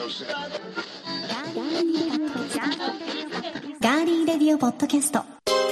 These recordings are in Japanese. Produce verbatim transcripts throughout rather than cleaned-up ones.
ガーリーレディオポッドキャスト。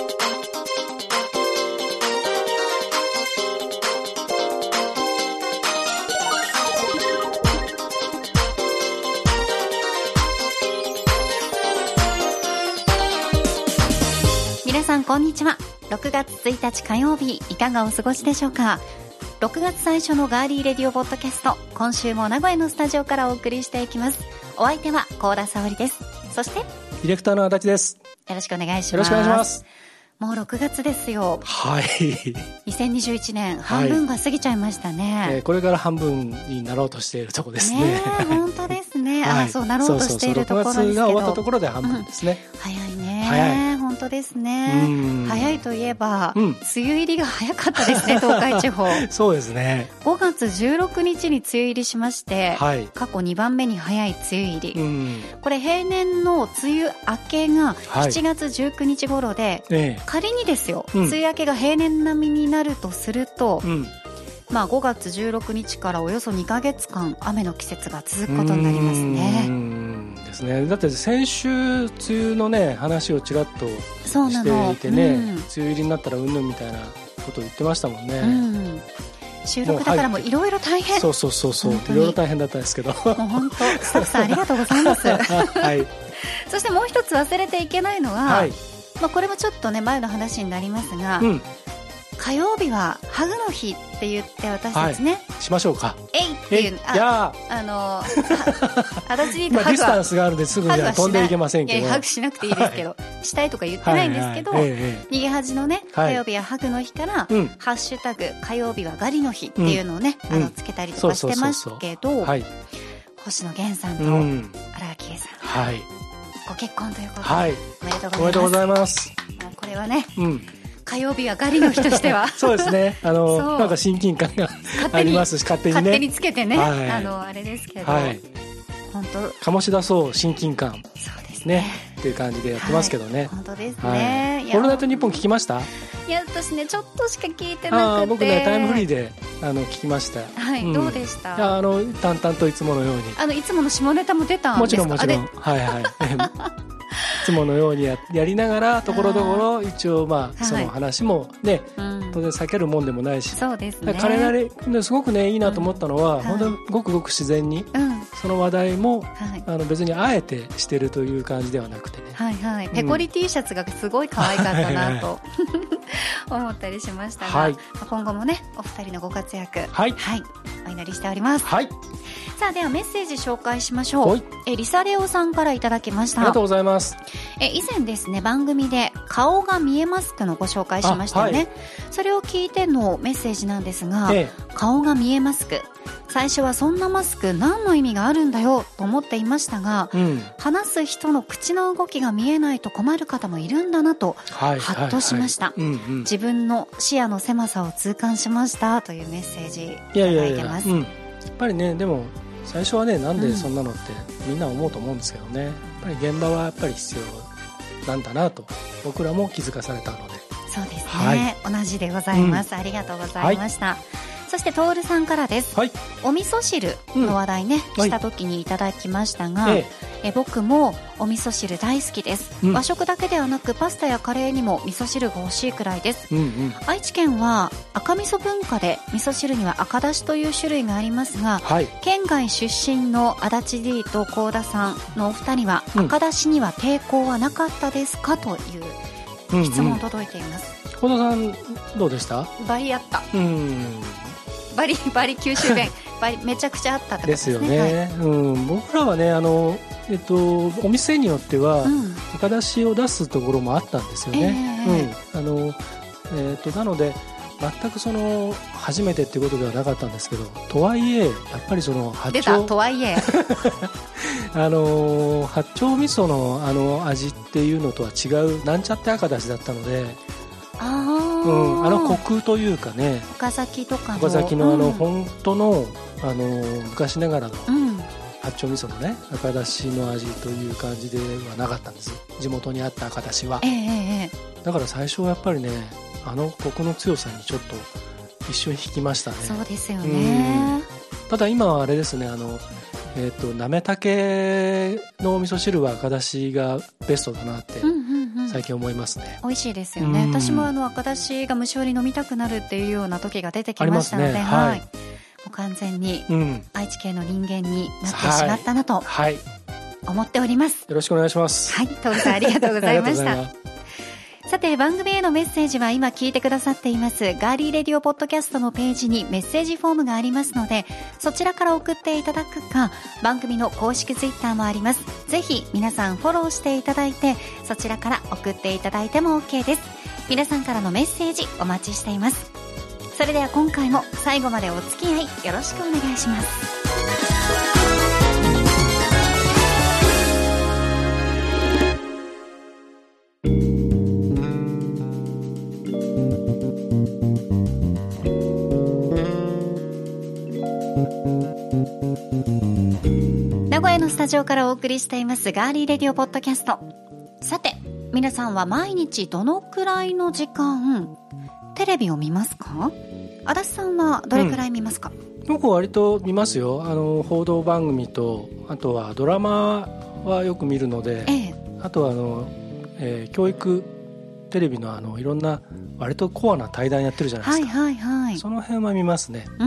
皆さんこんにちは。ろくがつついたち火曜日、いかがお過ごしでしょうか。ろくがつ最初のガーリーレディオポッドキャスト、今週も名古屋のスタジオからお送りしていきます。お相手は高田沙織です。そしてディレクターの足立です。 よろしくお願いします。 よろしくお願いします。 もうろくがつですよ。 はい。 にせんにじゅういちねん半分が過ぎちゃいましたね。 はい、えー、これから半分になろうとしているところですね。 ね本当ですね。はい、あ、そうなろうとしているところですけど。 ろくがつが終わったところで半分ですね。 うん、早いね。 早い。 本当ですね。早いといえば、うん、梅雨入りが早かったですね。東海地方。 そうですね。 ごがつじゅうろくにちに梅雨入りしまして、はい、過去にばんめに早い梅雨入り。うん、これ平年の梅雨明けがしちがつじゅうくにち頃で、はい、仮にですよ、うん、梅雨明けが平年並みになるとすると、うん、まあ、ごがつじゅうろくにちからおよそにかげつかん雨の季節が続くことになりますね。 うんですね。だって先週梅雨のね話をちらっとしていてね、うん、梅雨入りになったらうんぬんみたいなことを言ってましたもんね。うん、 収録だからもういろいろ大変。 そうそうそうそう、いろいろ大変だったんですけど、もう本当スタッフさんありがとうございます。はい。そしてもう一つ忘れていけないのは、はい、まあ、これもちょっとね前の話になりますが、うん、火曜日はハグの日って言って私たちね、 はい、しましょうか。 えいっていう、あ、やあの足立まあディスタンスがあるんですぐには飛んでいけませんけど、 いやハグしなくていいですけど、はい、したいとか言ってないんですけど、はいはい、ええ、逃げ恥のね、はい、火曜日はハグの日から、うん、ハッシュタグ火曜日はガリの日っていうのをね、うん、あのつけたりとかしてますけど、星野源さんと荒木恵さん、はい、ご結婚ということで、はい、おめでとうございます。 おめでとうございます。 これはね、うん、火曜日はガリの日としてはそうですね、あのなんか親近感がありますし、勝手にね勝手につけてね、はい、あのあれですけど、はい、本当醸し出そう親近感、 そうですねっていう感じでやってますけどね、はい、 本当ですね、 はい、オールナイトニッポン聞きました？ いや私ねちょっとしか聞いてなくて、あ僕ねタイムフリーであの聞きました。 はい、うん、どうでした？ いやあの淡々といつものように、 あのいつもの下ネタも出たんですか？ もちろんもちろん、はいはいいつものように や, やりながらところどころ一応まあその話もね、はい、当然避けるもんでもないし、 そうですね、 彼なりすごくねいいなと思ったのは、うん、本当にごくごく自然に、うん、その話題も、はい、あの別にあえてしてるという感じではなくてね、はいはい、 ペコリ T シャツがすごい可愛かったなと思ったりしましたが、はい、今後もねお二人のご活躍、はい、はい、お祈りしております。はい、さあではメッセージ紹介しましょう。えリサレオさんからいただきました。 ありがとうございます。 え以前ですね番組で顔が見えマスクのご紹介しましたよね、はい、それを聞いてのメッセージなんですが、ええ、顔が見えマスク、最初はそんなマスク何の意味があるんだよと思っていましたが、うん、話す人の口の動きが見えないと困る方もいるんだなと、はい、ハッとしました、はいはいはい、うんうん、自分の視野の狭さを痛感しましたというメッセージいただいてます。 いやいやいや、うん、やっぱりねでも最初はねなんでそんなのってみんな思うと思うんですけどね、やっぱり現場はやっぱり必要なんだなと僕らも気づかされたので。 そうですね、はい、同じでございます、うん、ありがとうございました、はい、そしてトールさんからです、はい、お味噌汁の話題ね、うん、した時にいただきましたが、はい、え僕もお味噌汁大好きです、うん、和食だけではなくパスタやカレーにも味噌汁が欲しいくらいです、うんうん、愛知県は赤味噌文化で味噌汁には赤だしという種類がありますが、はい、県外出身の足立 D と高田さんのお二人は、うん、赤だしには抵抗はなかったですかという質問届いています。 高田さんどうでした？ バリあった。うん、バリバリ九州弁バリめちゃくちゃあったってことですね。 ですよね、はい、うん、僕らはねあの、えっと、お店によっては、うん、赤だしを出すところもあったんですよね、えーうん、あのえっと、なので全くその初めてっていうことではなかったんですけど、とはいえやっぱりその八丁出たとはいえあの八丁味噌のあの味っていうのとは違うなんちゃって赤だしだったので、あ、うん、あのコクというかね、 岡崎とかの岡崎のあの本当の、あの昔ながらの八丁味噌のね赤だしの味という感じではなかったんです、地元にあった赤だしは、えー、だから最初はやっぱりねあのコクの強さにちょっと一瞬引きましたね。 そうですよね。 ただ今はあれですね、あのえー、となめたけのお味噌汁は赤だしがベストだなって最近思いますね。 美味しいですよね。私もあの赤だしが無性に飲みたくなるっていうような時が出てきましたので、ね、はい、はい、もう完全に愛知県の人間になってしまったなと思っております、 はい、よろしくお願いします。 はい、徹さんありがとうございましたさて番組へのメッセージは今聞いてくださっていますガーリーレディオポッドキャストのページにメッセージフォームがありますので、そちらから送っていただくか、番組の公式ツイッターもあります。ぜひ皆さんフォローしていただいて、そちらから送っていただいても OK です。皆さんからのメッセージお待ちしています。それでは今回も最後までお付き合いよろしくお願いします。名古屋のスタジオからお送りしていますガーリーレディオポッドキャスト。さて皆さんは毎日どのくらいの時間テレビを見ますか？足立さんはどれくらい見ますか？ うん、僕は割と見ますよ。あの報道番組とあとはドラマはよく見るので、ええ、あとはあの、えー、教育テレビのあのいろんな割とコアな対談やってるじゃないですか、はいはいはい、その辺は見ますね。 うん、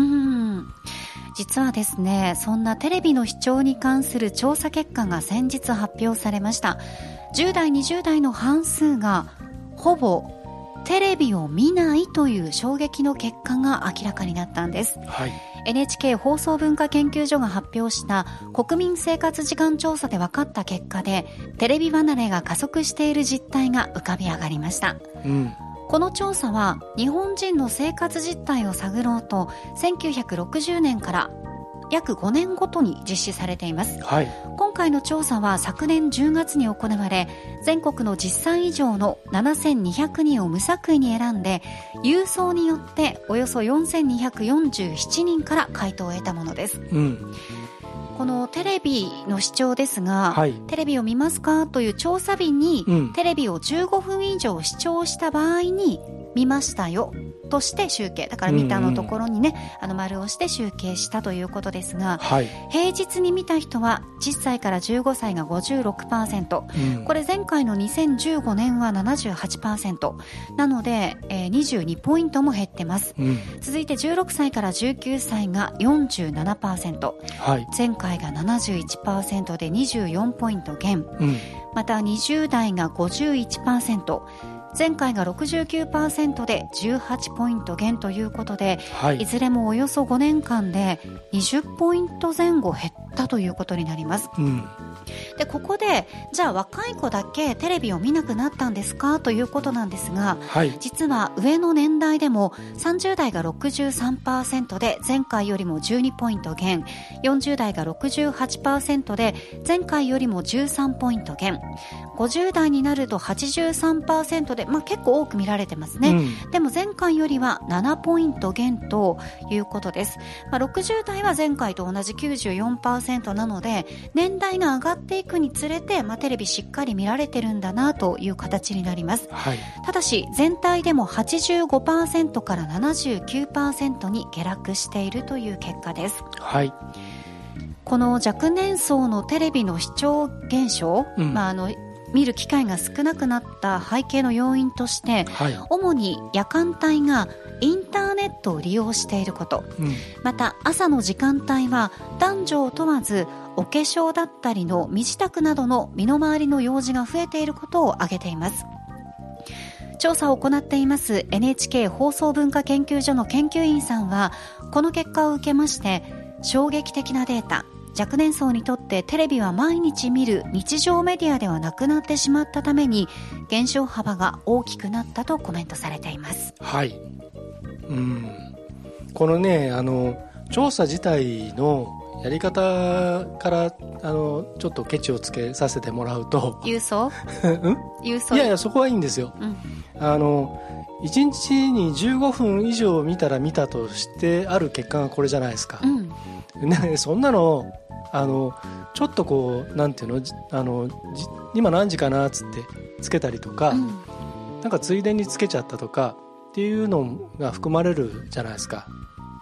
実はですね、そんなテレビの視聴に関する調査結果が先日発表されました。じゅう代にじゅう代の半数がほぼテレビを見ないという衝撃の結果が明らかになったんです、はい、エヌエイチケー 放送文化研究所が発表した国民生活時間調査で分かった結果で、テレビ離れが加速している実態が浮かび上がりました、うん、この調査は日本人の生活実態を探ろうとせんきゅうひゃくろくじゅうねんから約ごねんごとに実施されています、はい、今回の調査は昨年じゅうがつに行われ、全国のじゅっさい以上のななせんにひゃくにんを無作為に選んで、郵送によっておよそよんせんにひゃくよんじゅうななにんから回答を得たものです、うん、このテレビの視聴ですが、はい、テレビを見ますかという調査日に、うん、テレビをじゅうごふん以上視聴した場合に見ましたよとして集計、だから見たのところにね、うんうん、あの丸をして集計したということですが、はい、平日に見た人はじゅっさいからじゅうごさいが ごじゅうろくパーセント、うん、これ前回のにせんじゅうごねんは ななじゅうはちパーセント なので、えー、にじゅうにポイントも減ってます、うん、続いてじゅうろくさいからじゅうきゅうさいが よんじゅうななパーセント、はい、前回が ななじゅういちパーセント でにじゅうよんポイント減、うん、またにじゅう代が ごじゅういちパーセント、前回が ろくじゅうきゅうパーセント でじゅうはちポイント減ということで、はい、いずれもおよそごねんかんでにじゅっポイントぜん後減ったということになります、うん、でここでじゃあ若い子だけテレビを見なくなったんですかということなんですが、はい、実は上の年代でもさんじゅう代が ろくじゅうさんパーセント で前回よりもじゅうにポイント減、よんじゅう代が ろくじゅうはちパーセント で前回よりもじゅうさんポイント減、ごじゅう代になると はちじゅうさんパーセント で、まあ、結構多く見られてますね、うん、でも前回よりはななポイント減ということです、まあ、ろくじゅう代は前回と同じ きゅうじゅうよんパーセント なので、年代が上がっていくにつれて、まあ、テレビしっかり見られてるんだなという形になります、はい、ただし全体でも はちじゅうごパーセント から ななじゅうきゅうパーセント に下落しているという結果です、はい、この若年層のテレビの視聴減少、うん、まあ、あの見る機会が少なくなった背景の要因として、はい、主に夜間帯がインターネットを利用していること、うん、また朝の時間帯は男女を問わずお化粧だったりの身支度などの身の回りの用事が増えていることを挙げています。調査を行っています エヌエイチケー 放送文化研究所の研究員さんは、この結果を受けまして衝撃的なデータ、若年層にとってテレビは毎日見る日常メディアではなくなってしまったために減少幅が大きくなったとコメントされています。はい、 うん、このね、あの調査自体のやり方からあのちょっとケチをつけさせてもらうと、 郵送うん郵送いやいや、そこはいいんですよ、うん、あのいちにちにじゅうごふん以上見たら見たとしてある結果がこれじゃないですか、うんね、そんなのあのちょっとこうなんていうの、あの今何時かなっつってつけたりとか、うん、なんかついでにつけちゃったとかっていうのが含まれるじゃないですか。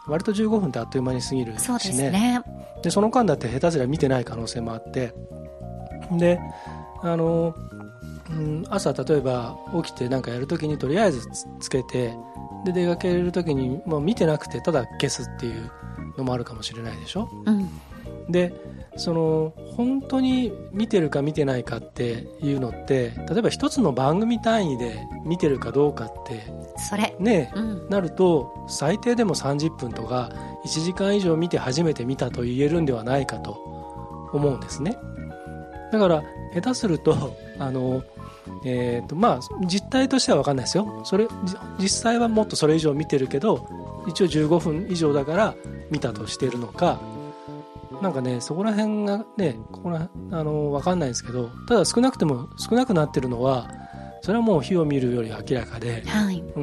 割とじゅうごふんってあっという間に過ぎるしね。 そうですね。 でその間だって下手すりゃ見てない可能性もあって、であの、うん、朝例えば起きて何かやるときにとりあえず つ, つけてで出かけるときに、まあ、見てなくてただ消すっていうのもあるかもしれないでしょ、うん、でその本当に見てるか見てないかっていうのって例えば一つの番組単位で見てるかどうかってそれ、 ねうん、 なると最低でもさんじゅっぷんとかいちじかん以上見て初めて見たと言えるんではないかと思うんですね。だから下手するとあの、えーとまあ、実態としては分かんないですよ。それ実際はもっとそれ以上見てるけど一応じゅうごふん以上だから見たとしてるのか、なんかねそこら辺がねここらあの分かんないですけど、ただ少なくても少なくなってるのはそれはもう火を見るより明らかで、はいうん、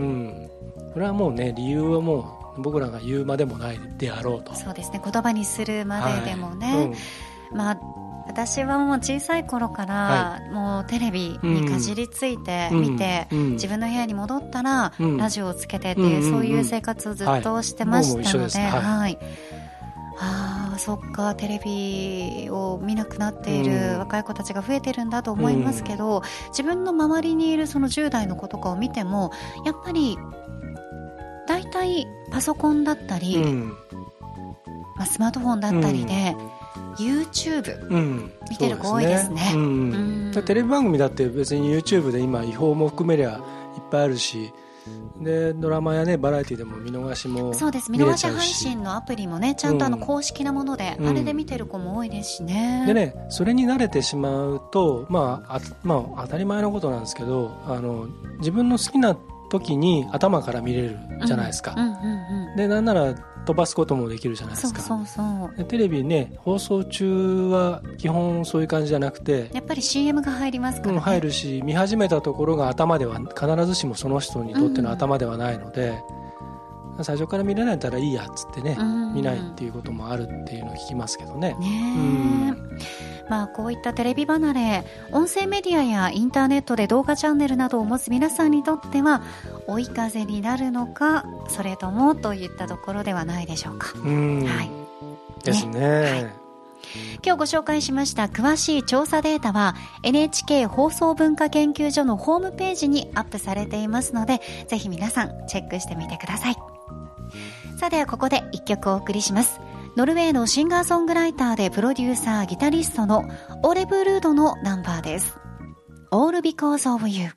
これはもうね理由はもう僕らが言うまでもないであろうと。 そうですね、言葉にするまででもね、はいうん、まあ私はもう小さい頃から、はい、もうテレビにかじりついて見て、うんうん、自分の部屋に戻ったら、うん、ラジオをつけてっていう、うん、そういう生活をずっとしてましたので、はいはい、ああそっかテレビを見なくなっている若い子たちが増えてるんだと思いますけど、うん、自分の周りにいるそのじゅう代の子とかを見てもやっぱり大体パソコンだったり、うんまあ、スマートフォンだったりで、うんYouTube、うん、見てる子多いですね、うんうん、テレビ番組だって別に YouTube で今違法も含めりゃいっぱいあるし、でドラマやねバラエティでも見逃しもそうです見逃し配信のアプリもねちゃんとあの公式なもので、うん、あれで見てる子も多いですしね、 でねそれに慣れてしまうと、まあ、あまあ当たり前のことなんですけど、あの自分の好きな時に頭から見れるじゃないですか、うんうんうんうん、でなんなら飛ばすこともできるじゃないですか。 そうそうそう。 テレビね放送中は基本そういう感じじゃなくてやっぱり シーエム が入りますからね、 うん、入るし見始めたところが頭では必ずしもその人にとっての頭ではないので、うん、最初から見れないんだったらいいやっつってね、うん、見ないっていうこともあるっていうのを聞きますけどね。 ね、うんまあ、こういったテレビ離れ音声メディアやインターネットで動画チャンネルなどを持つ皆さんにとっては追い風になるのかそれともといったところではないでしょうか。 うんはいですね、ねはい、 今日ご紹介しました詳しい調査データは エヌエイチケー 放送文化研究所のホームページにアップされていますのでぜひ皆さんチェックしてみてください。さあではここでいっきょくお送りします。ノルウェーのシンガーソングライターでプロデューサーギタリストのオーレブルードのナンバーです。 All Because of You。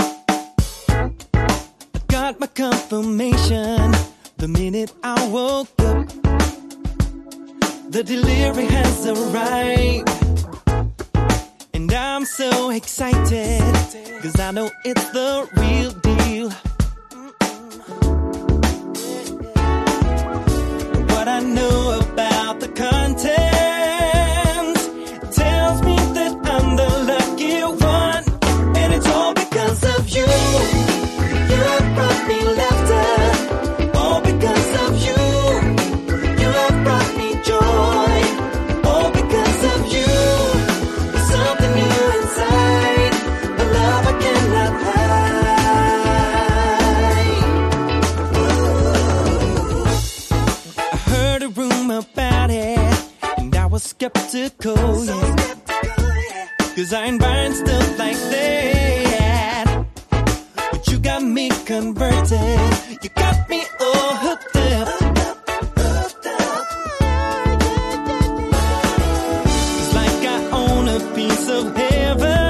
Got my confirmation the minute I woke up. The delivery has arrived and I'm so excited cause I know it's the real deal.What I know about the contents tells me that I'm the lucky one, and it's all because of you. You have brought me laughter, all because of you. You have brought me joy, all because of you. There's something new inside, a love I cannot hide.About it, and I was skeptical, so yeah. skeptical, yeah. Cause I ain't buying stuff like that. But you got me converted. You got me all hooked up. Hooked up. It's like I own a piece of heaven.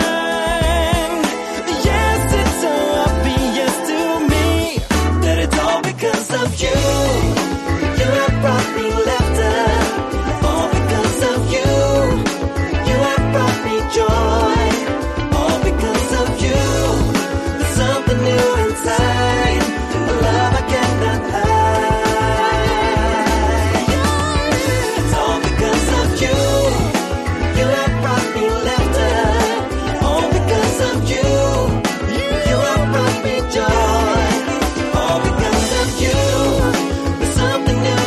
Yes, it's so obvious to me that it's all because of you. You have brought me laughter.All because of you. You have brought me joy. All because of you. There's something new inside, a love I cannot hide. It's all because of you. You have brought me laughter. All because of you. You have brought me joy. All because of you. There's something new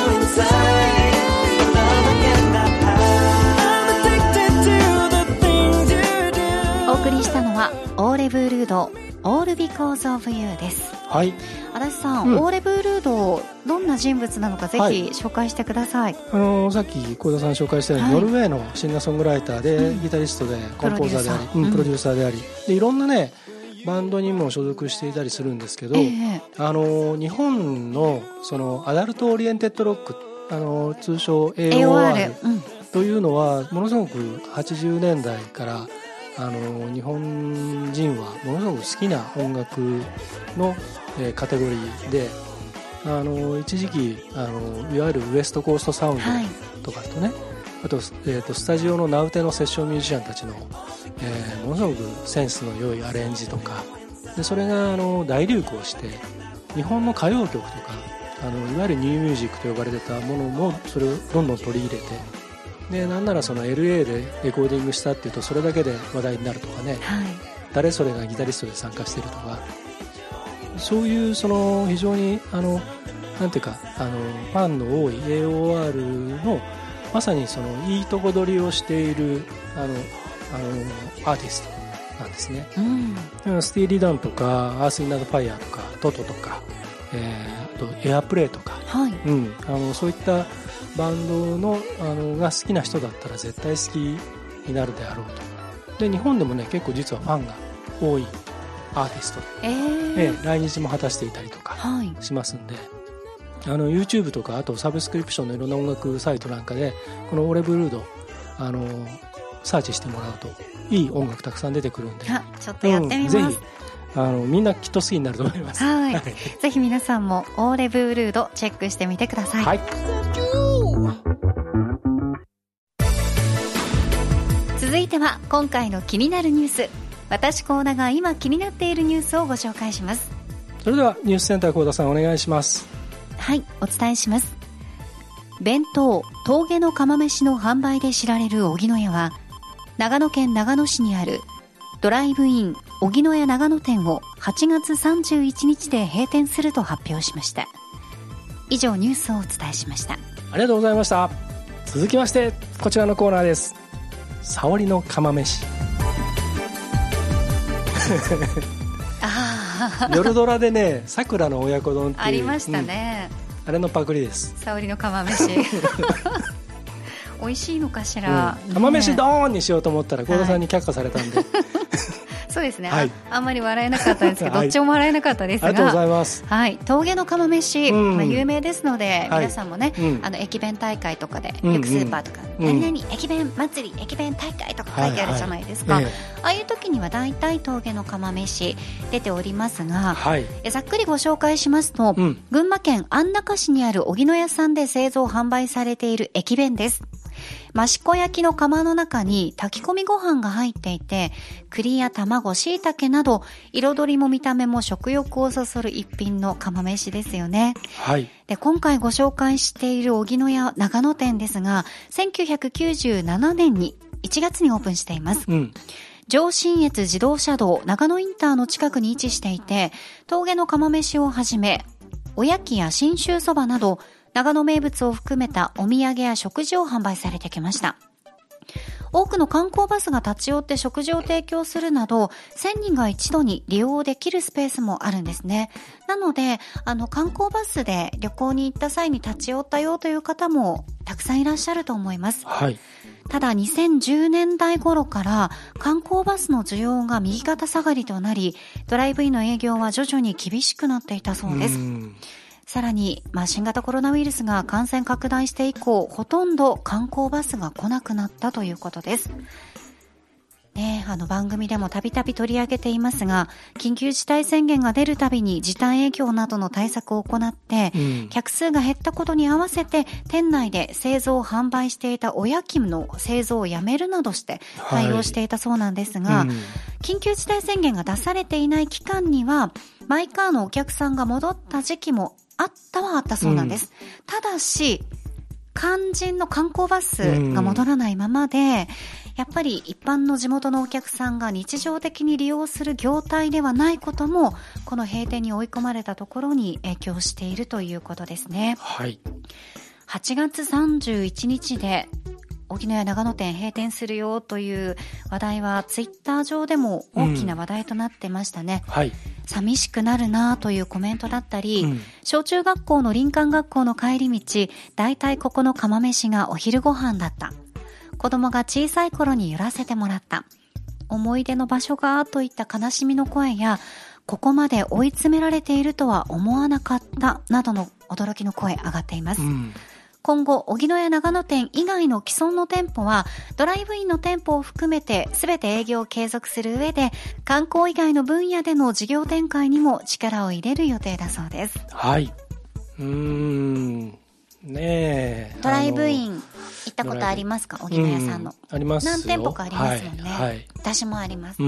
inside.お送りしたのはオーレブルード All Because of You です。 はい。 足立さん、うん、オーレ・ブールードどんな人物なのかぜひ紹介してください。はい、 あのー、さっき幸田さん紹介したように、はい、ノルウェーのシンガーソングライターで、うん、ギタリストでコンポーザーでありプロデューサー、うん、プロデューサーでありでいろんなねバンドにも所属していたりするんですけど、えー、あのー、日本のそのアダルトオリエンテッドロック、あのー、通称 エーオーアール、うん、というのはものすごくはちじゅうねんだいからあの日本人はものすごく好きな音楽の、えー、カテゴリーであの一時期あのいわゆるウエストコーストサウンドとかとね、はい、あと、えー、とスタジオの名うてのセッションミュージシャンたちの、えー、ものすごくセンスの良いアレンジとかでそれがあの大流行して日本の歌謡曲とかあのいわゆるニューミュージックと呼ばれてたものもそれをどんどん取り入れてでなんならその エルエー でレコーディングしたっていうとそれだけで話題になるとかね、はい、誰それがギタリストで参加してるとかそういうその非常にあのなんていうかあのファンの多い エーオーアール のまさにそのいいとこ取りをしているあのあのアーティストなんですね、うん、スティーリー・ダンとかアース・イン・ナード・ファイヤーとかトトとか、えー、あとエアプレイとか、はいうん、あのそういったバンド の, あのが好きな人だったら絶対好きになるであろうとで日本でもね結構実はファンが多いアーティストで、えーえー、来日も果たしていたりとかしますんで、はい、あの YouTube とかあとサブスクリプションのいろんな音楽サイトなんかでこのオーレ・ブルードあのサーチしてもらうといい音楽たくさん出てくるんであちょっとやってみます、うん、ぜひあのみんなきっと好きになると思います。 はいはいぜひ皆さんもオーレ・ブールードチェックしてみてください。はい続いては今回の気になるニュース私幸田が今気になっているニュースをご紹介します。 それではニュースセンター幸田さんお願いします。 はいお伝えします。弁当峠の釜飯の販売で知られる荻野屋は長野県長野市にあるドライブイン荻野屋長野店をはちがつさんじゅういちにちで閉店すると発表しました。以上ニュースをお伝えしました。ありがとうございました。続きましてこちらのコーナーです。沙織の釜飯あ夜ドラでねさくらの親子丼っていうありましたね、 うん、あれのパクリです。 沙織の釜飯美味しいのかしら、 うん、釜飯ドーンにしようと思ったら幸田さんに却下されたんで、はいそうですね、はい、あ, あんまり笑えなかったんですけど、はい、どっちも笑えなかったですが、 ありがとうございます、 はい、峠の釜飯、うんまあ、有名ですので、はい、皆さんもね、うん、あの駅弁大会とかで、うん、よくスーパーとか、うん、何々駅弁祭り駅弁大会とか書いてあるじゃないですか、はいはいええ、ああいう時には大体峠の釜飯出ておりますが、はい、えざっくりご紹介しますと、うん、群馬県安中市にある荻野屋さんで製造販売されている駅弁です。益子焼きの釜の中に炊き込みご飯が入っていて、栗や卵、椎茸など彩りも見た目も食欲をそそる一品の釜飯ですよね。はい。で、今回ご紹介している荻野屋長野店ですが、せんきゅうひゃくきゅうじゅうななねんにいちがつにオープンしています。うん。上信越自動車道長野インターの近くに位置していて、峠の釜飯をはじめ、おやきや信州そばなど、長野名物を含めたお土産や食事を販売されてきました。多くの観光バスが立ち寄って食事を提供するなど、せんにんが一度に利用できるスペースもあるんですね。なので、あの観光バスで旅行に行った際に立ち寄ったよという方もたくさんいらっしゃると思います。はい。ただにせんじゅうねんだい頃から観光バスの需要が右肩下がりとなり、ドライブインの営業は徐々に厳しくなっていたそうです。さらに、まあ、新型コロナウイルスが感染拡大して以降、ほとんど観光バスが来なくなったということです。ね、あの番組でもたびたび取り上げていますが、緊急事態宣言が出るたびに時短営業などの対策を行って、うん、客数が減ったことに合わせて店内で製造販売していたおやきの製造をやめるなどして対応していたそうなんですが、はいうん、緊急事態宣言が出されていない期間にはマイカーのお客さんが戻った時期もあったはあったそうなんです、うん、ただし肝心の観光バスが戻らないままで、うん、やっぱり一般の地元のお客さんが日常的に利用する業態ではないこともこの閉店に追い込まれたところに影響しているということですね。はい。はちがつさんじゅういちにちで荻野屋長野店閉店するよという話題はツイッター上でも大きな話題となってましたね、 うんはい、 寂しくなるなというコメントだったり、 うん、 小中学校の林間学校の帰り道、だいたいここの釜飯がお昼ご飯だった、子供が小さい頃に寄らせてもらった、思い出の場所がといった悲しみの声や、ここまで追い詰められているとは思わなかったなどの驚きの声上がっています、うん、今後荻野屋長野店以外の既存の店舗はドライブインの店舗を含めて全て営業を継続する上で、観光以外の分野での事業展開にも力を入れる予定だそうです。 はい、うーんねえ、 ドライブイン行ったことありますか？荻野屋さんの、 うん、ありますよ。 何店舗かありますもんね、 はいはい、 私もあります、 うん、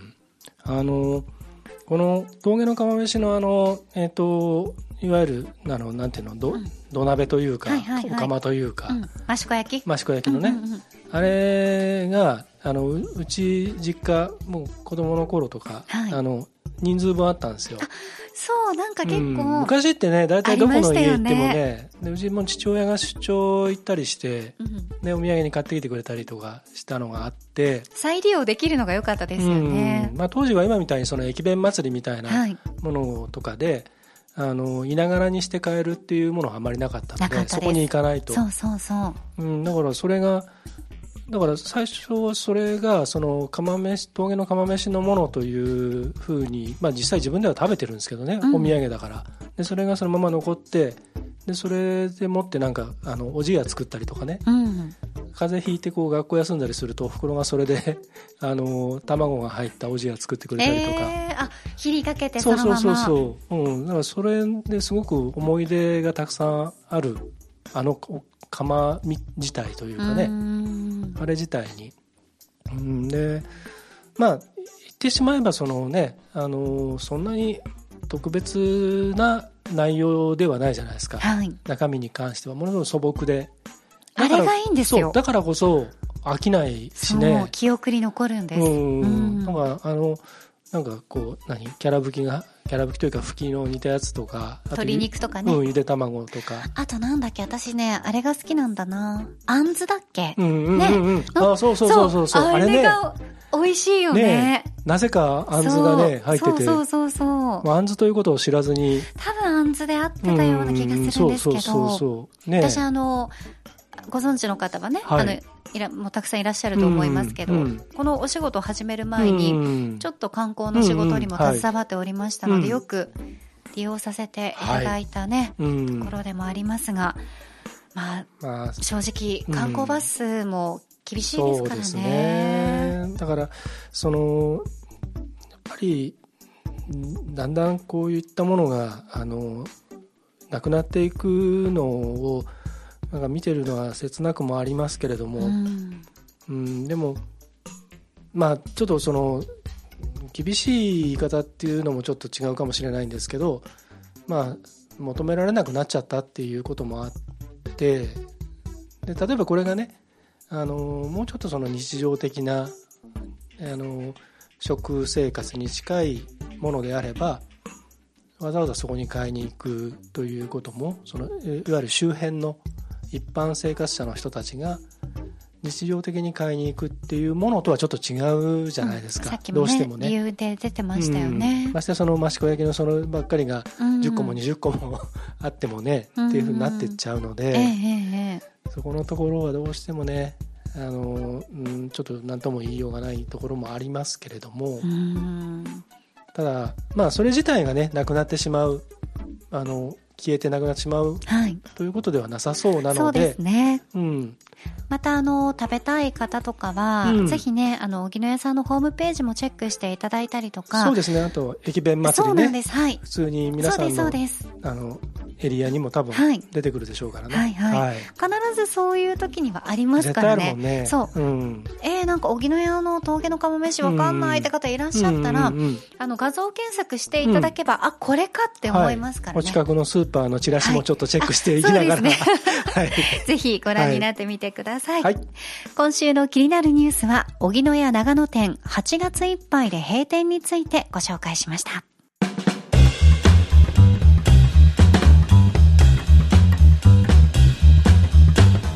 あのこの峠の釜飯のあの、えーと、いわゆるあのなんていうの 土,、うん、土鍋というか、はいはいはい、お釜というか、 うん、益子焼き益子焼きのね、うんうんうん、あれがあの う, うち実家もう子供の頃とか、はい、あの人数分あったんですよ。 そうなんか結構、うん、 昔ってね大体どこの家行っても ね, ねうちも父親が出張行ったりして、うんね、お土産に買ってきてくれたりとかしたのがあって再利用できるのが良かったですよね、 うんまあ、当時は今みたいにその駅弁祭りみたいなものとかで、はい、あのいながらにして買えるっていうものはあまりなかったの で, でそこに行かないとそうそうそう、 うん、だからそれがだから最初はそれがその釜飯峠の釜飯のものというふうに、まあ、実際自分では食べてるんですけどね、うん、お土産だからでそれがそのまま残ってでそれでもってなんかあのおじや作ったりとかね、うん、風邪ひいてこう学校休んだりするとお袋がそれであの卵が入ったおじや作ってくれたりとか、 えー、あ火にかけてそのままそうそうそうそう、うん、だからそれですごく思い出がたくさんあるあの釜自体というかね、あれ自体に、うん、でまあ言ってしまえばそのねあのそんなに特別な内容ではないじゃないですか、はい、中身に関してはものすごく素朴であれがいいんですよ。 そうだからこそ飽きないしね、そう記憶に残るんです。うん、 うん、なんかあのなんかこう何キャラ吹きがキャラ吹きというか吹きの似たやつとか鶏肉とかね、 うん、ゆで卵とかあとなんだっけ私ねあれが好きなんだなあんずだっけ、 うんうんうんうん、ね、あそうそうそうそうそうあれが美味しいよ ね, ねなぜかあんずがね入っててそうそうそうそうあんずということを知らずに多分あんずで合ってたような気がするんですけど、うん、そうそうそうそう、ね、私あのご存知の方はね、はい、あのいらもうたくさんいらっしゃると思いますけど、うんうん、このお仕事を始める前に、うん、ちょっと観光の仕事にも携わっておりましたので、うんうんはい、よく利用させていただいたね、はい、ところでもありますが、まあまあ、正直観光バスも厳しいですからね、うん、そうですね。 だからそのやっぱりだんだんこういったものがあのなくなっていくのをなんか見てるのは切なくもありますけれども、うんうん、でもまあちょっとその厳しい言い方っていうのもちょっと違うかもしれないんですけど、まあ求められなくなっちゃったっていうこともあって、で例えばこれがねあのもうちょっとその日常的なあの食生活に近いものであればわざわざそこに買いに行くということもそのいわゆる周辺の一般生活者の人たちが日常的に買いに行くっていうものとはちょっと違うじゃないですか、うん、さっきもね、どうしてもね理由で出てましたよね、 うん、ましてその益子焼きのそのばっかりがじゅっこもにじゅっこもあってもね、うん、っていうふうになっていっちゃうので、うんえー、そこのところはどうしてもねあの、うん、ちょっと何とも言いようがないところもありますけれども、うん、ただまあそれ自体がねなくなってしまうあの消えてなくなってしまう、はい、ということではなさそうなので、 そうですね、 うん、 またあの食べたい方とかは、うん、ぜひねあの荻野屋さんのホームページもチェックしていただいたりとか、 そうですね、あと駅弁祭りね、 そうなんです、はい、 普通に皆さんのそうですそうです、 あのエリアにも多分出てくるでしょうからね、 はいはいはいはい、必ずそういう時にはありますからね、 絶対あるもんね、 そう、うん、えー、なんか荻野屋の峠の釜飯わかんないって方いらっしゃったら、うんうんうん、あの画像検索していただけば、うん、あこれかって思いますからね、 はい、お近くのスーパーのチラシもちょっとチェックしていきながら、はいねはい、 ぜひご覧になってみてください、はい、今週の気になるニュースは荻野屋長野店はちがついっぱいで閉店についてご紹介しました。ではここ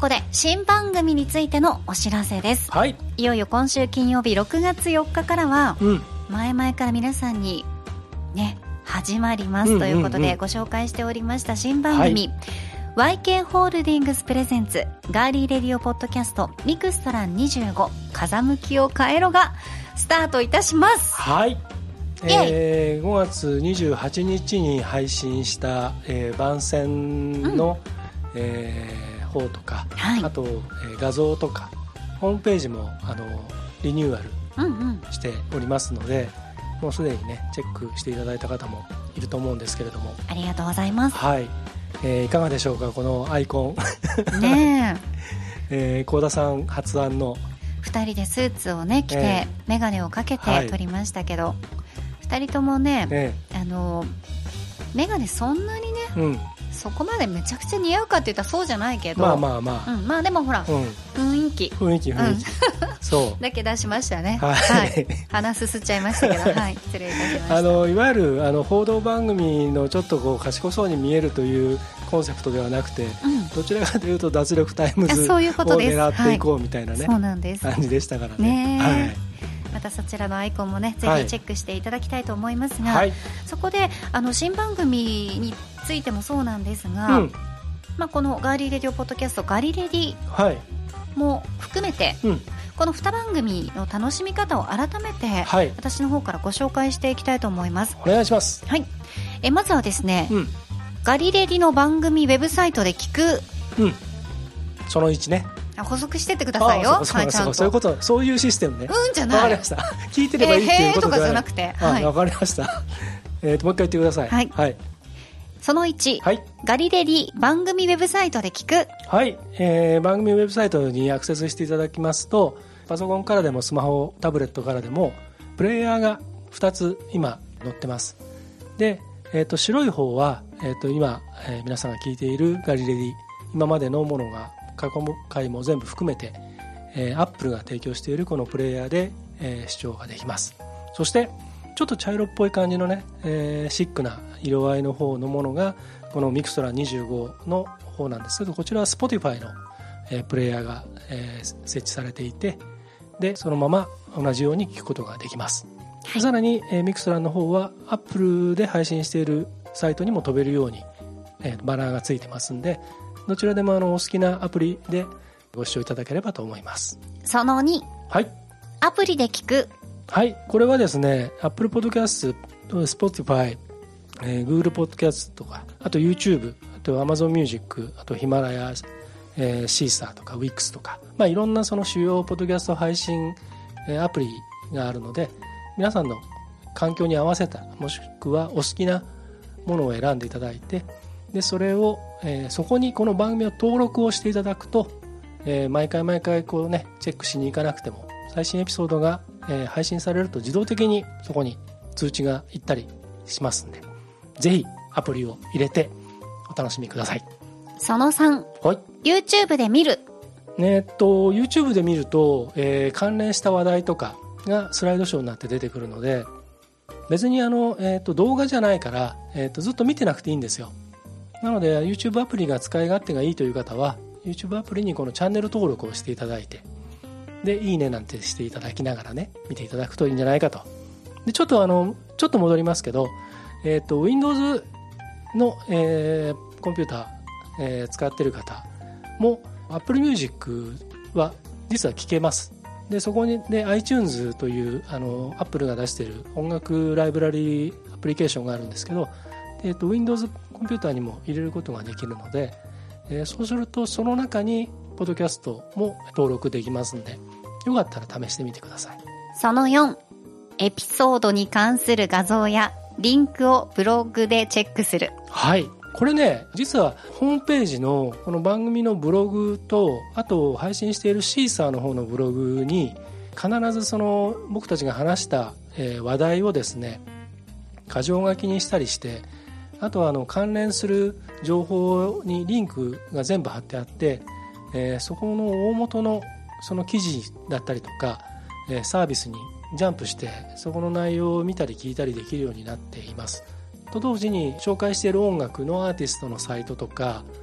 こで新番組についてのお知らせです。 はい。 いよいよ今週金曜日ろくがつよっかからは、 うん、 前々から皆さんにね始まりますということでご紹介しておりました新番組、はい、ワイケー ホールディングスプレゼンツガーリーレディオポッドキャストミクストランにじゅうご風向きを変えろがスタートいたします。 はい、えー、ごがつにじゅうはちにちに配信した、えー、番宣の、うんえー、方とか、はい、あと、えー、画像とかホームページもあのリニューアルしておりますので、うんうんもうすでにねチェックしていただいた方もいると思うんですけれども、 ありがとうございます。 はい、えー、いかがでしょうかこのアイコンねえー、幸田さん発案のふたりでスーツをね着て、えー、眼鏡をかけて撮りましたけど、はい、ふたりともね、えー、あの眼鏡そんなにね、うん、そこまでめちゃくちゃ似合うかって言ったらそうじゃないけど、 まあまあまあ、 うん、まあでもほら、うん、雰囲気雰囲気雰囲気、うん、そうだけ出しましたね。 はい、 はい、鼻すすっちゃいましたけど、はい、失礼いたしました。 あのいわゆるあの報道番組のちょっとこう賢そうに見えるというコンセプトではなくて、うん、どちらかというと脱力タイムズを狙っていこうみたいなね、 そうなんです感じでしたからね。 ね、はい、 またそちらのアイコンもねぜひチェックしていただきたいと思いますが、はい、そこであの新番組についてもそうなんですが、うんまあ、このガーリーレディオポッドキャストガリレディも含めて、はいうん、このに番組の楽しみ方を改めて、はい、私の方からご紹介していきたいと思います。 お願いします。 はい、えまずはですね、うん、ガリレディの番組ウェブサイトで聞く、 うん、そのいちね補足してってくださいよ。 そうそうそう、はい、ちゃんとそういうことそういうシステムね。 うんじゃないわかりました聞いてればいいっていうことではない、えー、へーとかじゃなくて、 はい、 わかりましたえともう一回言ってください。 はい、はい、そのいち、はい、ガリレディ番組ウェブサイトで聞く。 はい、えー、番組ウェブサイトにアクセスしていただきますとパソコンからでもスマホタブレットからでもプレイヤーがふたつ今載ってます。で、えー、と白い方は、えー、と今、えー、皆さんが聞いているガリレディ今までのものが過去回も全部含めて、えー、Apple が提供しているこのプレイヤーで、えー、視聴ができます。そしてちょっと茶色っぽい感じのね、えー、シックな色合いの方のものがこのミクストラにじゅうごの方なんですけど、こちらは Spotify の、えー、プレイヤーが、えー、設置されていて、でそのまま同じように聞くことができます。はい、さらに、えー、ミクストラの方は Apple で配信しているサイトにも飛べるように、えー、バナーがついてますんで、どちらでもあのお好きなアプリでご視聴いただければと思います。 そのに、 はい、 アプリで聞く。 はい、これはですね Apple Podcast、Spotify、えー、Google Podcast とか、あと YouTube、あと Amazon Music、あとヒマラヤ、えー、シーサーとか Wix とか、まあ、いろんなその主要ポッドキャスト配信、えー、アプリがあるので、皆さんの環境に合わせたもしくはお好きなものを選んでいただいて、でそれを、えー、そこにこの番組を登録をしていただくと、えー、毎回毎回こうねチェックしに行かなくても最新エピソードが、えー、配信されると自動的にそこに通知が行ったりしますんで、ぜひアプリを入れてお楽しみください。 そのさん、 はい、 YouTube で見る。 えー、っと YouTube で見ると、えー、関連した話題とかがスライドショーになって出てくるので、別にあの、えー、っと動画じゃないから、えー、っとずっと見てなくていいんですよ。なので YouTube アプリが使い勝手がいいという方は YouTube アプリにこのチャンネル登録をしていただいて、でいいねなんてしていただきながらね見ていただくといいんじゃないかと。でちょっとあのちょっと戻りますけど、えー、と Windows の、えー、コンピューター、えー、使ってる方も Apple Music は実は聴けます。でそこに、ね、iTunes というあの Apple が出している音楽ライブラリーアプリケーションがあるんですけど、えー、と Windows コンピューターにも入れることができるので、えー、そうするとその中にポッドキャストも登録できますので、よかったら試してみてください。 そのよん、エピソードに関する画像やリンクをブログでチェックする。 はい、これね実はホームページのこの番組のブログと、あと配信しているシーサーの方のブログに必ずその僕たちが話した、えー、話題をですね箇条書きにしたりして、あとはあの関連する情報にリンクが全部貼ってあって、えー、そこの大元のその記事だったりとか、えー、サービスにジャンプしてそこの内容を見たり聞いたりできるようになっています。と同時に紹介している音楽のアーティストのサイトとか、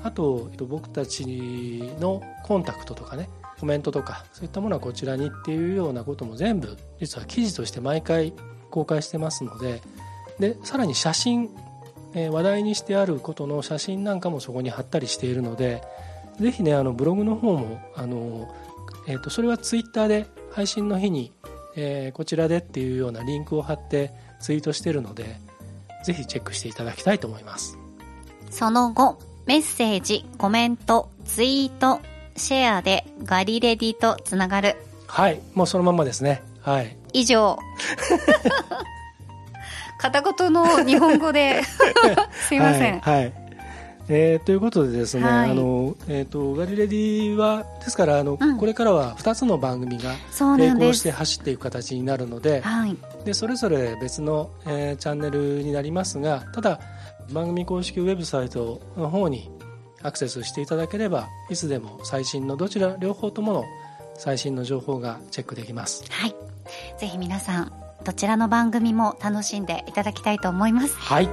あと僕たちのコンタクトとかね、コメントとかそういったものはこちらにっていうようなことも全部実は記事として毎回公開してますので、でさらに写真、えー、話題にしてあることの写真なんかもそこに貼ったりしているので、ぜひねあのブログの方もあの、えー、とそれはツイッターで配信の日に、えー、こちらでっていうようなリンクを貼ってツイートしているので、ぜひチェックしていただきたいと思います。 その後メッセージ、コメント、ツイート、シェアでガリレディとつながる。 はい、もうそのまんまですね。はい。 以上。片言の日本語ですいません。 はい。はい、えー、ということでですね、はい、あのえー、とガリレディはですからあの、うん、これからはふたつの番組が並行して走っていく形になるので、はい、でそれぞれ別の、えー、チャンネルになりますが、ただ番組公式ウェブサイトの方にアクセスしていただければ、いつでも最新のどちら両方ともの最新の情報がチェックできます。 はい、ぜひ皆さんどちらの番組も楽しんでいただきたいと思います。 はい。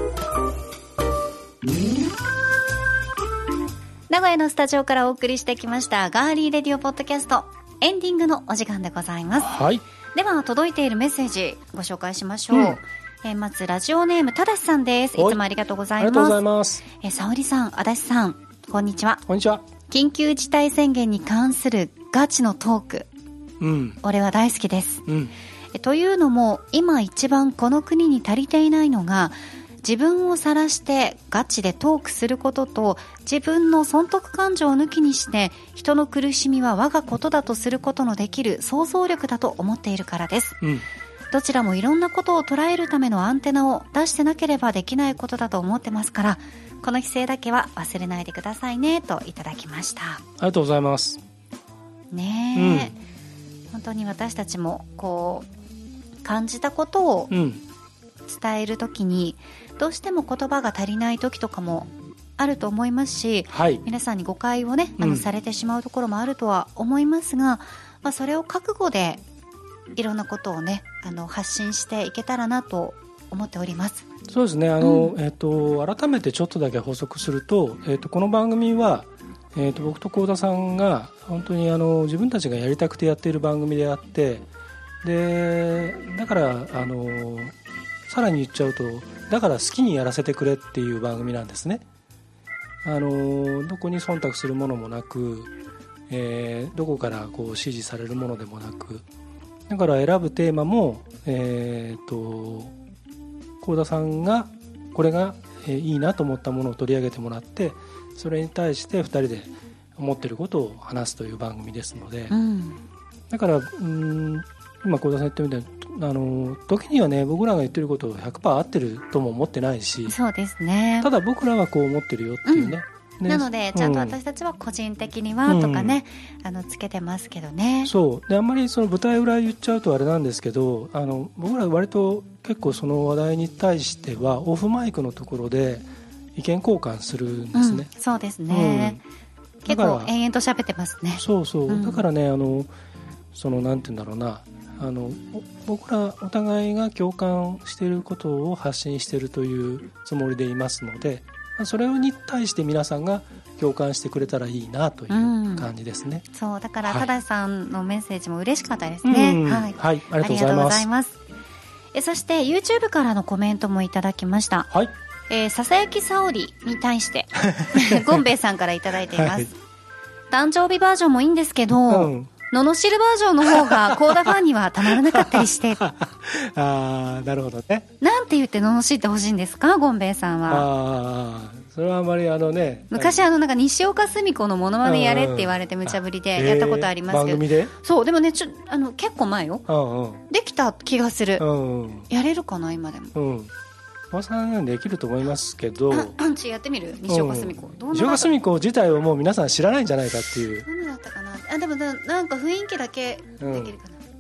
名古屋のスタジオからお送りしてきましたガーリーレディオポッドキャスト、エンディングのお時間でございます。 はい。 では届いているメッセージご紹介しましょう。うん、えー、まずラジオネームただしさんです。いつもありがとうございます。 ありがとうございます。 えー、沙織さん、足立さん、こんにちは。 こんにちは。 緊急事態宣言に関するガチのトーク、 うん、 俺は大好きです。 うん、 えというのも今一番この国に足りていないのが、自分を晒してガチでトークすることと、自分の損得感情を抜きにして人の苦しみは我がことだとすることのできる想像力だと思っているからです。うん、どちらもいろんなことを捉えるためのアンテナを出してなければできないことだと思ってますから、この姿勢だけは忘れないでくださいね、といただきました。ありがとうございます。 ねえ、うん、本当に私たちもこう感じたことを伝えるときに、うん、どうしても言葉が足りない時とかもあると思いますし、はい、皆さんに誤解をねあの、うん、されてしまうところもあるとは思いますが、まあ、それを覚悟でいろんなことをねあの発信していけたらなと思っております。 そうですね、あの、うん、えー、と改めてちょっとだけ補足すると、えー、とこの番組は、えー、と僕と幸田さんが本当にあの自分たちがやりたくてやっている番組であって、でだからあのさらに言っちゃうと、だから好きにやらせてくれっていう番組なんですね。あのどこに忖度するものもなく、えー、どこからこう指示されるものでもなく、だから選ぶテーマも、えー、と幸田さんがこれがいいなと思ったものを取り上げてもらって、それに対してふたりで思っていることを話すという番組ですので、うん、だからうーん今幸田さん言ったみたいに、あの時にはね僕らが言ってること ひゃくパーセント 合ってるとも思ってないし、 そうですね、 ただ僕らはこう思ってるよっていうね、 うん、なのでちゃんと私たちは個人的にはとかね、うん、あのつけてますけどね。 そうで、あんまりその舞台裏言っちゃうとあれなんですけど、あの僕ら割と結構その話題に対してはオフマイクのところで意見交換するんですね、 うん、そうですね、うん、結構延々と喋ってますね。 そうそう、うん、だからねあのそのなんて言うんだろうな、あの僕らお互いが共感していることを発信しているというつもりでいますので、それに対して皆さんが共感してくれたらいいなという感じですね、 うん、そうだからただしさんのメッセージも嬉しかったですね、 うんはいはい、ありがとうございます。 えそして YouTube からのコメントもいただきました、 はいえー、ささやきさおりに対してゴンベイさんからいただいています、はい、誕生日バージョンもいいんですけど、うんののしるバージョンの方がコーダファンにはたまらなかったりしてああなるほどね。 なんて言って罵ってほしいんですか、ゴンベイさんは。 あそれはあまりあのね、 昔あのなんか西岡澄子のモノマネやれって言われて無茶ぶりでやったことありますけど、 番組でそうでもねちょあの結構前よ、 うんうん、 できた気がする、 うんうん、 やれるかな今でも、 うんおばさんできると思いますけど、 アンチやってみる西岡澄子、うん、どんな西岡澄子自体をもう皆さん知らないんじゃないかっていう。 どんなだったかなあ、でもな、なんか雰囲気だけできるかな、うん、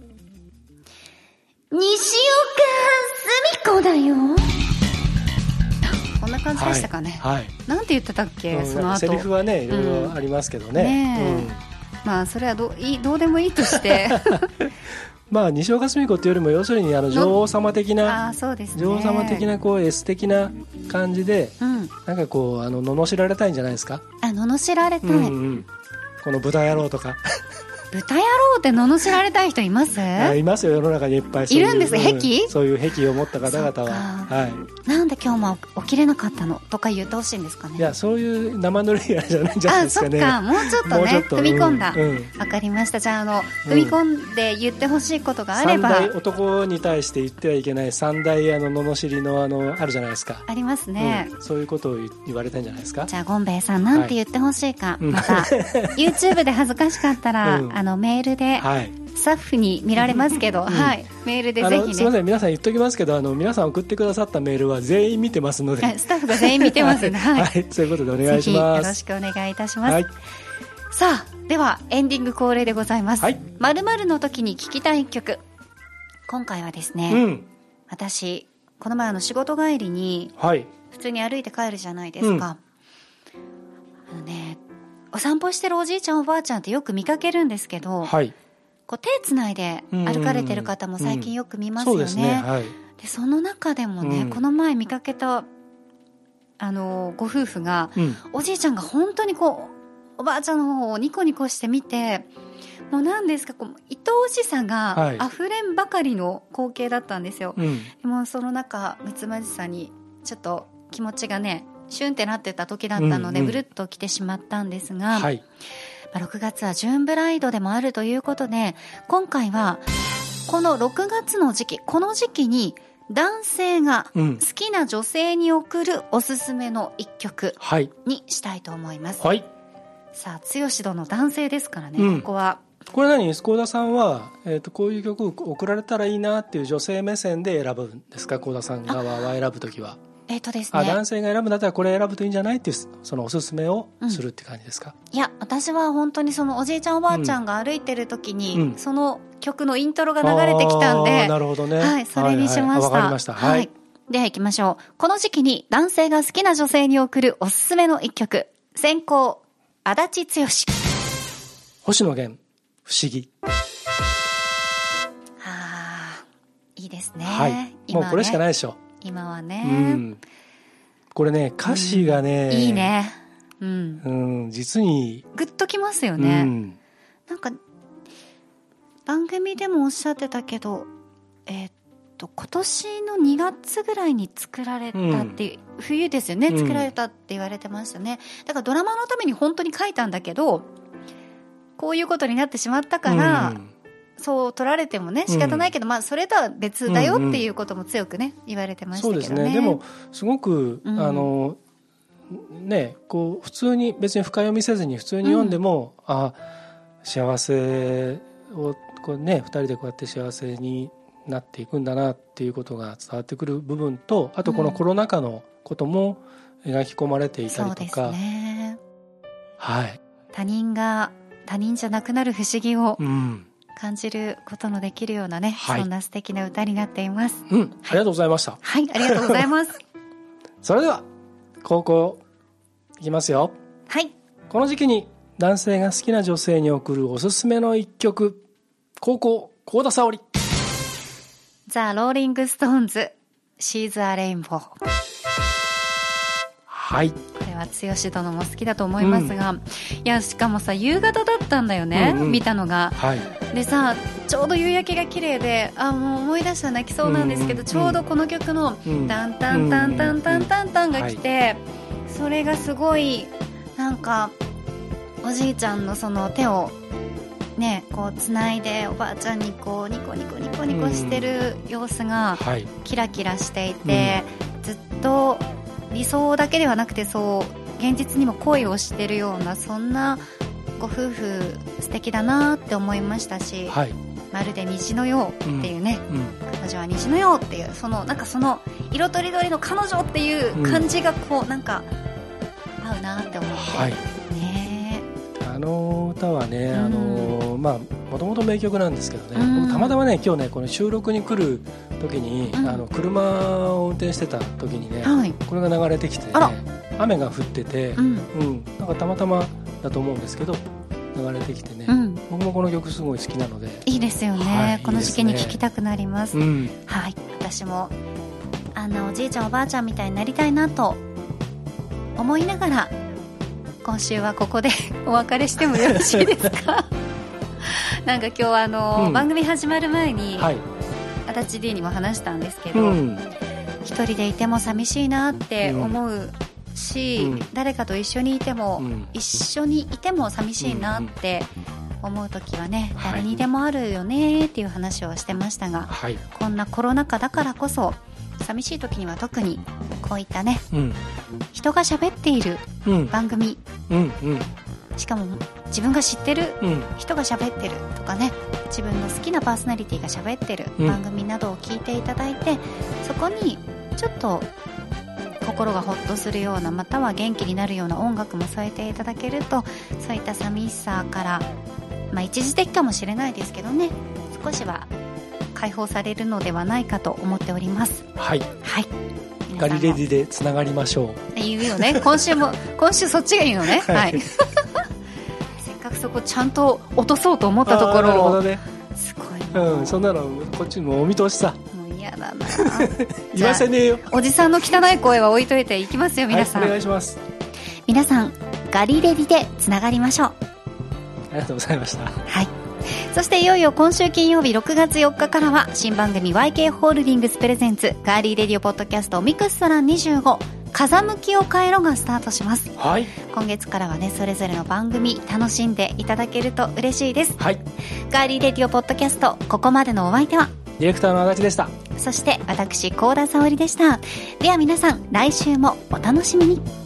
西岡澄子だよこんな感じでしたかね、 はいはい、 なんて言ってたっけ、うん、その後セリフはねいろいろありますけどね、うんねうん、まあそれはどう、いい、どうでもいいとしてまあ西岡澄子っていうよりも要するにあの女王様的な、 あ、そうですね、 女王様的なこう S 的な感じで、 うん、 なんかこうあの罵られたいんじゃないですか。 あ、罵られたい、うんうん、 この豚野郎とか豚野郎って罵られたい人います？ いますよ、世の中にいっぱい。 いるんですか、癖、 うん、そういう癖を持った方々は、はい、 なんで今日も起きれなかったのとか言ってほしいんですかね。 いや、そういう生ぬるいあれじゃないんじゃないですかね。 あ、そっか、もうちょっとね、と踏み込んだ、わ、 うんうん、 かりました。じゃあ、あの踏み込んで言ってほしいことがあれば、 三大男に対して言ってはいけない三大あの罵りのあのあるじゃないですか。 ありますね、 うん、そういうことを言われたんじゃないですか。 じゃあゴンベイさん、なんて言ってほしいか、はい、また YouTube で恥ずかしかったら、うん、あのメールで、はい、スタッフに見られますけど、うん、はい、メールでぜひね。 すみません、皆さん言っときますけど、あの皆さん送ってくださったメールは全員見てますので、 スタッフが全員見てますね。はい、はい、 そういうことでお願いします。 よろしくお願いいたします。はい、さあ、ではエンディング恒例でございます。はい、〇〇の時に聴きたい曲。今回はですね、うん、私この前あの仕事帰りに、はい、普通に歩いて帰るじゃないですか。うん、あのね、お散歩してるおじいちゃんおばあちゃんってよく見かけるんですけど、はい、こう手つないで歩かれてる方も最近よく見ますよね。うんうん、そうですね、はい、でその中でもね、うん、この前見かけたあのご夫婦が、うん、おじいちゃんが本当にこうおばあちゃんの方をニコニコして見て、もう何ですか、こう愛おしさがあふれんばかりの光景だったんですよ。はい、でもその中むつまじさにちょっと気持ちがねシュンってなってた時だったので、うんうん、ブルッと来てしまったんですが、はい、ろくがつはジューンブライドでもあるということで、今回はこのろくがつの時期、この時期に男性が好きな女性に贈るおすすめの一曲にしたいと思います。はい、さあ、剛殿男性ですからね、うん、ここはこれ何、幸田さんは、えー、とこういう曲を贈られたらいいなっていう女性目線で選ぶんですか？幸田さん側は選ぶときは。 えーとですね、 あ、男性が選ぶんだったらこれ選ぶといいんじゃないっていうそのおすすめをするって感じですか？ うん、いや、私は本当にそのおじいちゃんおばあちゃんが歩いてる時に、うん、その曲のイントロが流れてきたんで、 なるほどね、 はい、それにしました。はいはい、わかりました。はい、はい、では行きましょう。この時期に男性が好きな女性に贈るおすすめの一曲、先行足立剛、 星野源、不思議。 あー、いいですね。 はい、今ね、もうこれしかないでしょ今はね。 うん、これね、歌詞がね、 うん、いいね、うんうん、実にグッときますよね。うん、なんか番組でもおっしゃってたけど、えー、っと今年のにがつぐらいに作られたっていう、うん、冬ですよね、作られたって言われてましたね。だからドラマのために本当に書いたんだけど、こういうことになってしまったから、うん、そう取られてもね仕方ないけど、うん、まあそれとは別だよっていうことも強くね言われてましたけどね。 そうですね。でもすごく、うん、あのね、こう普通に別に深読みせずに普通に読んでも、うん、あ、幸せをこうねふたりでこうやって幸せになっていくんだなっていうことが伝わってくる部分と、あとこのコロナ禍のことも描き込まれていたりとか、うん、そうですね、はい、 他人が他人じゃなくなる不思議を、うん感じることのできるようなね、はい、そんな素敵な歌になっています。 うん、はい、ありがとうございました。 はい、ありがとうございます。 それでは高校いきますよ。 はい。 この時期に男性が好きな女性に贈るおすすめの一曲、高校幸田沙織。 ザ・ローリング・ストーンズ、シーズ・ア・レインボー。 はい。 これは剛殿も好きだと思いますが、うん、いやしかもさ夕方だったんだよね、うんうん、見たのが、はい、でさちょうど夕焼けが綺麗で、あもう思い出したら泣きそうなんですけど、うんうん、ちょうどこの曲のタンタンタンタンタンタンタンが来て、はい、それがすごいなんかおじいちゃんのその手をねこうつないでおばあちゃんにこうニコニコニコニコしてる様子がキラキラしていて、うん、ずっと理想だけではなくてそう現実にも恋をしてるようなそんなご夫婦素敵だなって思いましたし、はい、まるで虹のようっていうね、うんうん、彼女は虹のようっていうそのなんかその色とりどりの彼女っていう感じがこうなんか合うなって思って、はい、ね、 あの歌はね、うん、あのまあもともと名曲なんですけどね、うん、僕たまたまね今日ねこの収録に来る時に、うん、あの車を運転してた時にね、はい、これが流れてきて、ね、雨が降ってて、うんうん、なんかたまたまだと思うんですけど流れてきてね、うん、僕もこの曲すごい好きなのでいいですよね、はい、この時期に聴きたくなります、うん、はい、私もああんなおじいちゃんおばあちゃんみたいになりたいなと思いながら、今週はここでお別れしてもよろしいですか？なんか今日はあの、うん、番組始まる前に、はい、足立 D にも話したんですけど、うん、一人でいても寂しいなって思うし、うん、誰かと一緒にいても、うん、一緒にいても寂しいなって思う時はね、うん、誰にでもあるよねっていう話をしてましたが、はい、こんなコロナ禍だからこそ寂しい時には特にこういったね、うん、人が喋っている番組、うんうんうん、しかも自分が知ってる人が喋ってるとかね、自分の好きなパーソナリティが喋ってる番組などを聞いていただいて、うん、そこにちょっと心がほっとするような、または元気になるような音楽も添えていただけると、そういった寂しさから、まあ、一時的かもしれないですけどね、少しは解放されるのではないかと思っております。 はい、 はい、 ガリレディでつながりましょうって言うよね。今週も今週そっちが言うのね。はい、はい、せっかくそこちゃんと落とそうと思ったところを、なるほどね、すごい、 うん、そんなのこっちもお見通しさ。 もう嫌だな言わせねえよ。 おじさんの汚い声は置いといていきますよ皆さん、 はい、お願いします。 皆さんガリレディでつながりましょう。 ありがとうございました。 はい、そしていよいよ今週金曜日ろくがつよっかからは新番組 ワイケー ホールディングスプレゼンツガーリーレディオポッドキャストミクストランにじゅうご風向きを変えろがスタートします。はい、今月からはね、それぞれの番組楽しんでいただけると嬉しいです。はい、ガーリーレディオポッドキャスト、ここまでのお相手はディレクターの足立でした。 そして私高田沙織でした。では皆さん来週もお楽しみに。